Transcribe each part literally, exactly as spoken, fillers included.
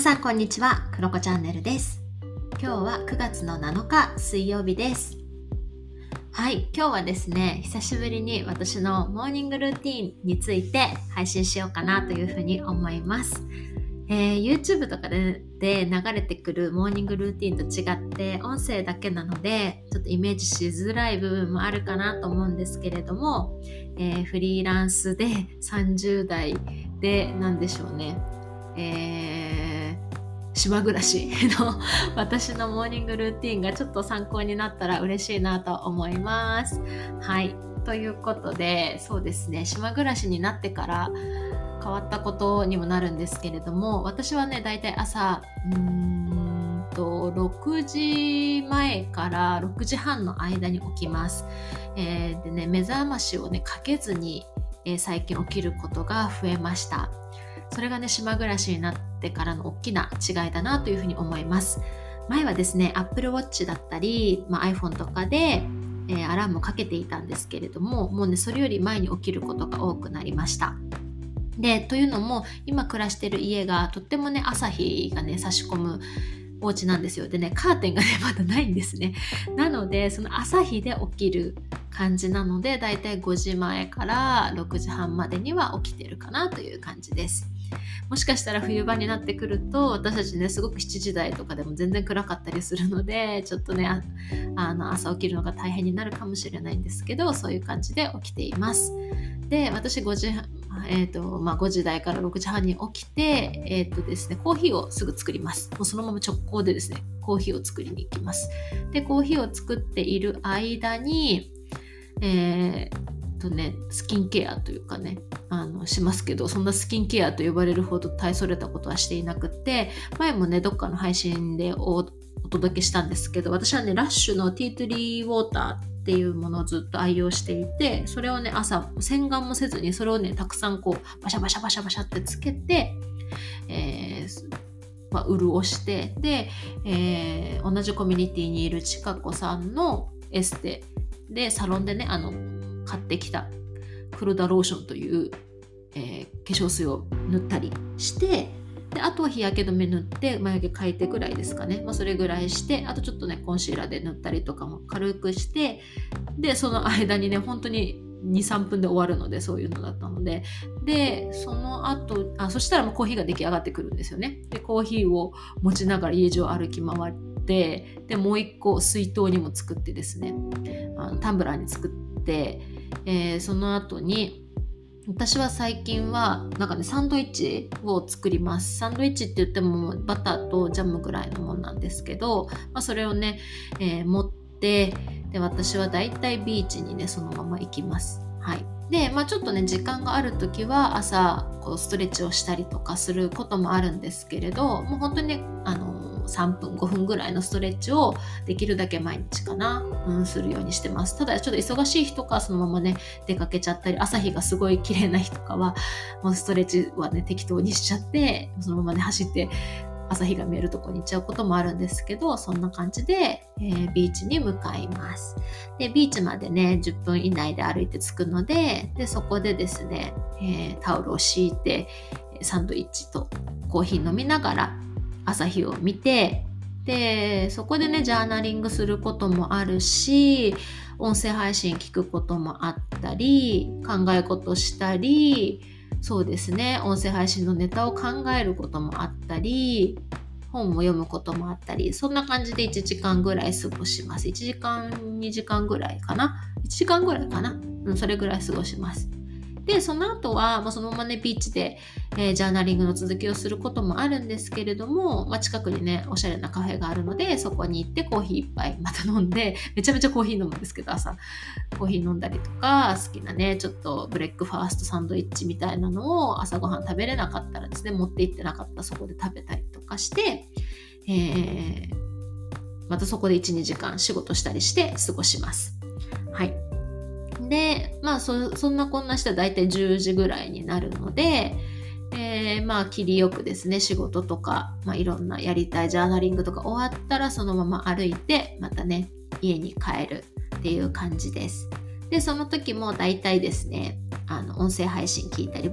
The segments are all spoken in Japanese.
さんこんにちは、クロコチャンネルです。今日はくがつのなのか水曜日です。はい、今日はですね、久しぶりに私のモーニングルーティンについて配信しようかなというふうに思います。えー、YouTube とかで、で流れてくるモーニングルーティンと違って音声だけなのでちょっとイメージしづらい部分もあるかなと思うんですけれども、えー、フリーランスでさんじゅう代でなんでしょうね、えー、島暮らしの私のモーニングルーティンがちょっと参考になったら嬉しいなと思います。はい、ということで、そうですね、島暮らしになってから変わったことにもなるんですけれども、私はね、だいたい朝うーんとろくじまえからろくじはんの間に起きます。えー、でね、目覚ましをねかけずに、えー、最近起きることが増えました。それがね、島暮らしになってからの大きな違いだなというふうに思います。前はですね、Apple Watch だったり、まあ、iPhone とかで、えー、アラームをかけていたんですけれども、もうね、それより前に起きることが多くなりました。で、というのも、今暮らしてる家がとってもね、朝日がね差し込むお家なんですよ。でね、カーテンがねまだないんですね。なので、その朝日で起きる感じなので、だいたいごじまえからろくじはんまでには起きてるかなという感じです。もしかしたら冬場になってくると、私たちね、すごくしちじ台とかでも全然暗かったりするので、ちょっとね、ああの朝起きるのが大変になるかもしれないんですけど、そういう感じで起きています。で、私ごじ、えーとまあ、ごじ台からろくじはんに起きて、えーとですね、コーヒーをすぐ作ります。もうそのまま直行でですね、コーヒーを作りに行きます。で、コーヒーを作っている間に、えーとね、スキンケアというかね、あのしますけど、そんなスキンケアと呼ばれるほど大それたことはしていなくって、前もね、どっかの配信で お, お届けしたんですけど、私はね、ラッシュのティートリーウォーターっていうものをずっと愛用していて、それをね、朝洗顔もせずにそれをね、たくさんこうバシャバシャバシャバシャってつけて、えーまあ、潤して、で、えー、同じコミュニティにいるちかこさんのエステでサロンでね、あの買ってきた黒田ローションという、えー、化粧水を塗ったりして、であとは日焼け止め塗って眉毛描いてぐらいですかね、まあ、それぐらいして、あとちょっとねコンシーラーで塗ったりとかも軽くして、でその間にね本当に にさんぷんで終わるので、そういうのだったので、でその後あそしたらもうコーヒーが出来上がってくるんですよね。でコーヒーを持ちながら家中歩き回って、でもう一個水筒にも作ってですね、あのタンブラーに作って、えー、その後に私は最近はなんかねサンドイッチを作ります。サンドイッチって言ってもバターとジャムぐらいのもんなんですけど、まあ、それをね、えー、持って、で私はだいたいビーチにねそのまま行きます。はい。で、まあ、ちょっとね時間があるときは朝こうストレッチをしたりとかすることもあるんですけれど、もう本当にねあのさんぷんごふんぐらいのストレッチをできるだけ毎日かな、うん、するようにしてます。ただちょっと忙しい日とかそのままね出かけちゃったり、朝日がすごい綺麗な日とかはもうストレッチはね適当にしちゃって、そのままね走って朝日が見えるところに行っちゃうこともあるんですけど、そんな感じで、えー、ビーチに向かいます。でビーチまでねじゅっぷん以内で歩いて着くので、でそこでですね、えー、タオルを敷いてサンドイッチとコーヒー飲みながら朝日を見て、でそこでねジャーナリングすることもあるし、音声配信聞くこともあったり、考え事したり、そうですね、音声配信のネタを考えることもあったり、本を読むこともあったり、そんな感じでいちじかんぐらい過ごします。いちじかんにじかんぐらいかな、いちじかんぐらいかな、うん、それぐらい過ごします。でその後は、まあ、そのままねビーチで、えー、ジャーナリングの続きをすることもあるんですけれども、まあ、近くにねおしゃれなカフェがあるので、そこに行ってコーヒー一杯また飲んで、めちゃめちゃコーヒー飲むんですけど、朝コーヒー飲んだりとか、好きなねちょっとブレックファーストサンドイッチみたいなのを朝ごはん食べれなかったらですね、持って行ってなかったらそこで食べたりとかして、えー、またそこで いちにじかん仕事したりして過ごします。はい。で、まあ そ, そんなこんなしてだいたいじゅうじぐらいになるので、えー、まあ切りよくですね、仕事とか、まあ、いろんなやりたいジャーナリングとか終わったらそのまま歩いてまたね家に帰るっていう感じです。でその時もだいたいですね、あの音声配信聞いたり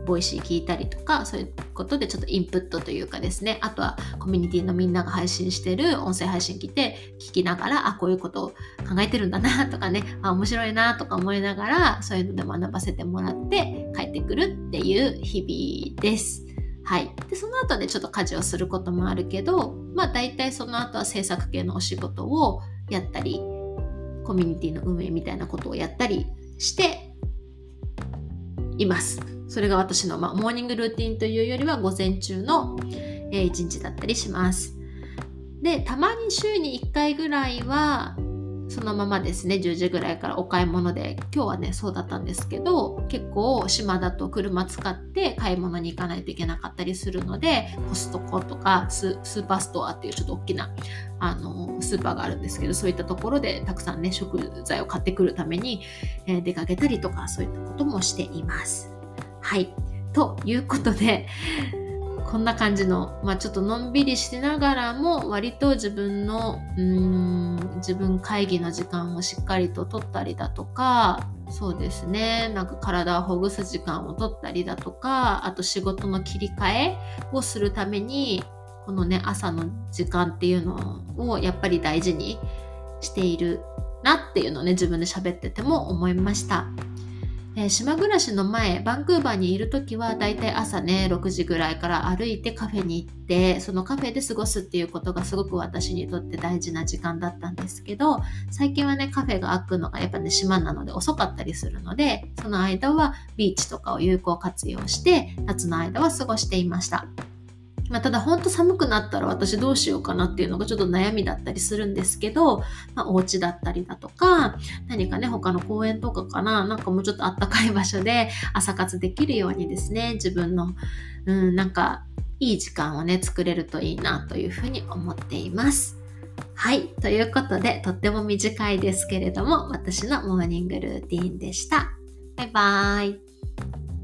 ボイシー聞いたりとか、そういうことでちょっとインプットというかですね、あとはコミュニティのみんなが配信してる音声配信聞いて聞きながら、あ、こういうことを考えてるんだなとかね、あ、面白いなとか思いながら、そういうので学ばせてもらって帰ってくるっていう日々です。はい。で、その後でちょっと家事をすることもあるけど、まあ大体その後は制作系のお仕事をやったり、コミュニティの運営みたいなことをやったりしています。それが私の、まあ、モーニングルーティンというよりは午前中の、えー、一日だったりします。で、たまに週にいっかいぐらいはそのままですね、じゅうじぐらいからお買い物で、今日はねそうだったんですけど、結構島だと車使って買い物に行かないといけなかったりするので、コストコとか ス, スーパーストアっていうちょっと大きなあのスーパーがあるんですけど、そういったところでたくさんね食材を買ってくるために、えー、出かけたりとか、そういったこともしています。はい、ということで、こんな感じの、まあ、ちょっとのんびりしながらも割と自分のうーん自分会議の時間をしっかりと取ったりだとか、そうですね、なんか体をほぐす時間を取ったりだとか、あと仕事の切り替えをするためにこのね朝の時間っていうのをやっぱり大事にしているなっていうのをね自分で喋ってても思いました。えー、島暮らしの前、バンクーバーにいるときはだいたい朝ねろくじぐらいから歩いてカフェに行って、そのカフェで過ごすっていうことがすごく私にとって大事な時間だったんですけど、最近はねカフェが開くのがやっぱね島なので遅かったりするので、その間はビーチとかを有効活用して夏の間は過ごしていました。まあ、ただ本当寒くなったら私どうしようかなっていうのがちょっと悩みだったりするんですけど、まあ、お家だったりだとか、何かね他の公園とかかな、なんかもうちょっとあったかい場所で朝活できるようにですね、自分のうんなんかいい時間をね作れるといいなというふうに思っています。はい、ということでとっても短いですけれども、私のモーニングルーティーンでした。バイバーイ。